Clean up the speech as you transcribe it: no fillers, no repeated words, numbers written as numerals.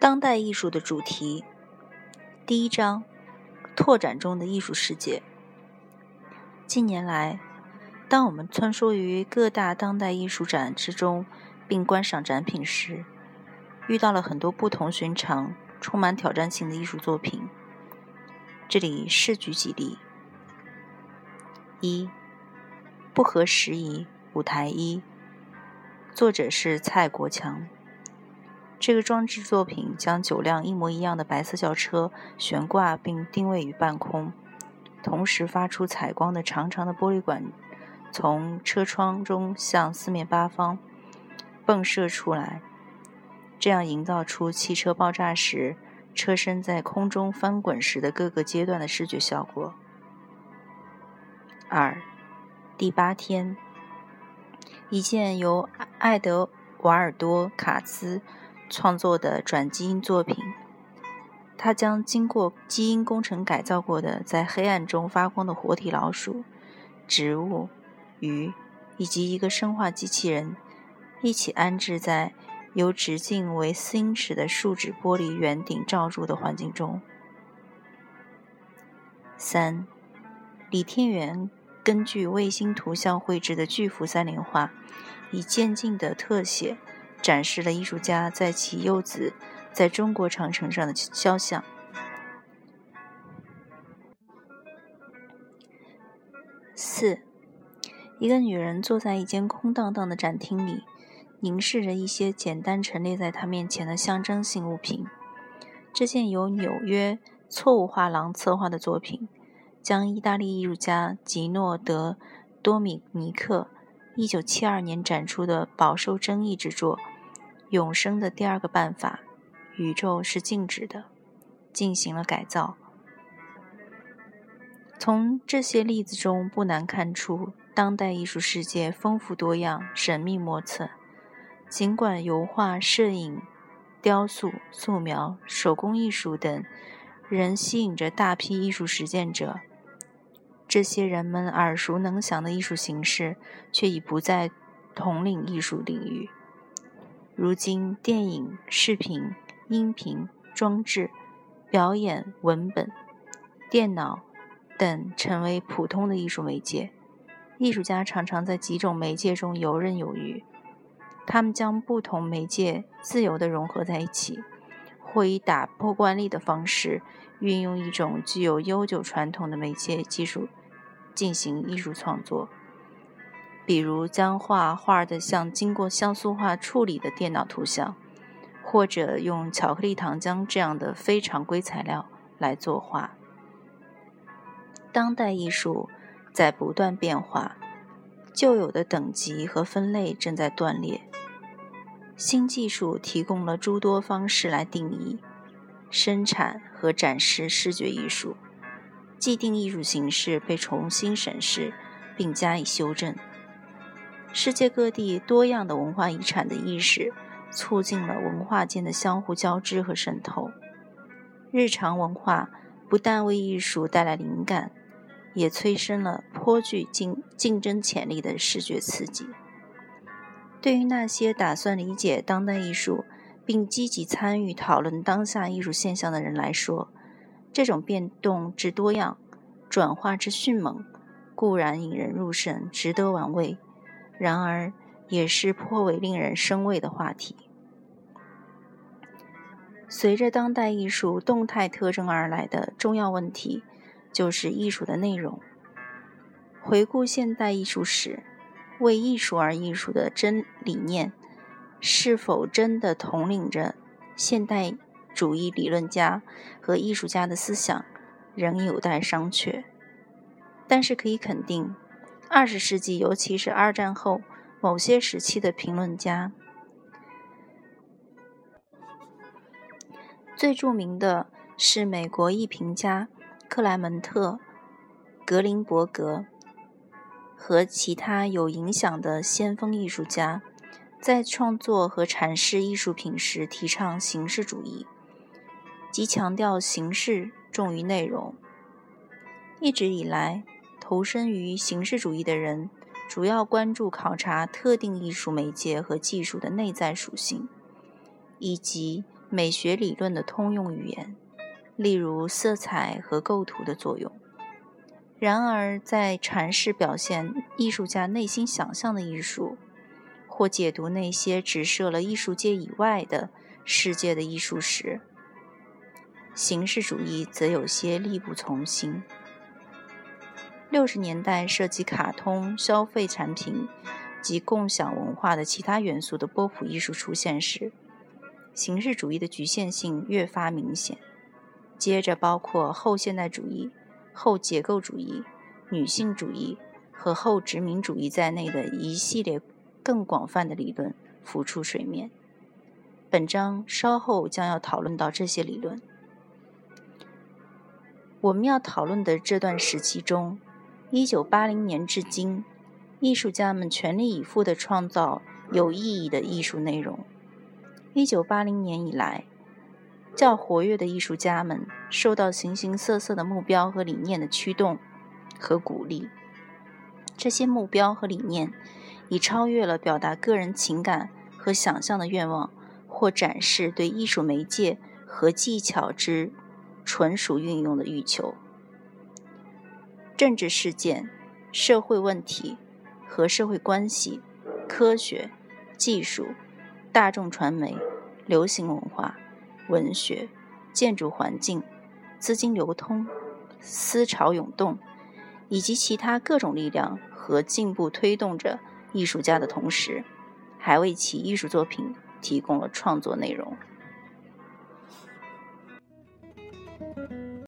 当代艺术的主题。第一章，拓展中的艺术世界。近年来，当我们穿梭于各大当代艺术展之中并观赏展品时，遇到了很多不同寻常、充满挑战性的艺术作品。这里试举几例。一、不合时宜舞台一，作者是蔡国强。这个装置作品将9辆一模一样的白色轿车悬挂并定位于半空，同时发出采光的长长的玻璃管从车窗中向四面八方迸射出来，这样营造出汽车爆炸时车身在空中翻滚时的各个阶段的视觉效果。2. 第8天，一件由爱德瓦尔多·卡兹创作的转基因作品，他将经过基因工程改造过的在黑暗中发光的活体老鼠、植物、鱼以及一个生化机器人一起安置在由直径为4英尺的树脂玻璃圆顶罩住的环境中。3. 李天元根据卫星图像绘制的巨幅3联画，以渐进的特写展示了艺术家在其幼子在中国长城上的肖像。4. 一个女人坐在一间空荡荡的展厅里，凝视着一些简单陈列在她面前的象征性物品。这件由纽约错误画廊策划的作品，将意大利艺术家吉诺·德·多米尼克1972年展出的饱受争议之作《永生的第二个办法：宇宙是静止的》进行了改造。从这些例子中不难看出，当代艺术世界丰富多样、神秘莫测。尽管油画、摄影、雕塑、素描、手工艺术等仍吸引着大批艺术实践者，这些人们耳熟能详的艺术形式却已不在统领艺术领域。如今，电影、视频、音频、装置、表演、文本、电脑等成为普通的艺术媒介。艺术家常常在几种媒介中游刃有余，他们将不同媒介自由地融合在一起，或以打破惯例的方式运用一种具有悠久传统的媒介技术进行艺术创作，比如将画得像经过像素化处理的电脑图像，或者用巧克力糖浆这样的非常规材料来作画。当代艺术在不断变化，旧有的等级和分类正在断裂。新技术提供了诸多方式来定义、生产和展示视觉艺术，既定艺术形式被重新审视并加以修正。世界各地多样的文化遗产的意识促进了文化间的相互交织和渗透。日常文化不但为艺术带来灵感，也催生了颇具竞争潜力的视觉刺激。对于那些打算理解当代艺术并积极参与讨论当下艺术现象的人来说，这种变动之多样、转化之迅猛，固然引人入胜，值得玩味，然而也是颇为令人生畏的话题。随着当代艺术动态特征而来的重要问题，就是艺术的内容。回顾现代艺术史，为艺术而艺术的真理念是否真的统领着现代主义理论家和艺术家的思想，仍有待商榷。但是可以肯定，20世纪尤其是2战后某些时期的评论家，最著名的是美国艺评家克莱门特·格林伯格和其他有影响的先锋艺术家，在创作和阐释艺术品时提倡形式主义，即强调形式重于内容。一直以来，投身于形式主义的人主要关注考察特定艺术媒介和技术的内在属性，以及美学理论的通用语言，例如色彩和构图的作用。然而，在阐释表现艺术家内心想象的艺术，或解读那些只设了艺术界以外的世界的艺术时，形式主义则有些力不从心。60年代涉及卡通、消费产品及共享文化的其他元素的波普艺术出现时，形式主义的局限性越发明显。接着包括后现代主义、后结构主义、女性主义和后殖民主义在内的一系列更广泛的理论浮出水面。本章稍后将要讨论到这些理论。我们要讨论的这段时期中，1980年至今，艺术家们全力以赴地创造有意义的艺术内容。1980年以来，较活跃的艺术家们受到形形色色的目标和理念的驱动和鼓励。这些目标和理念已超越了表达个人情感和想象的愿望，或展示对艺术媒介和技巧之纯属运用的欲求。政治事件、社会问题和社会关系、科学、技术、大众传媒、流行文化、文学、建筑环境、资金流通、思潮涌动以及其他各种力量和进步推动着艺术家的同时，还为其艺术作品提供了创作内容。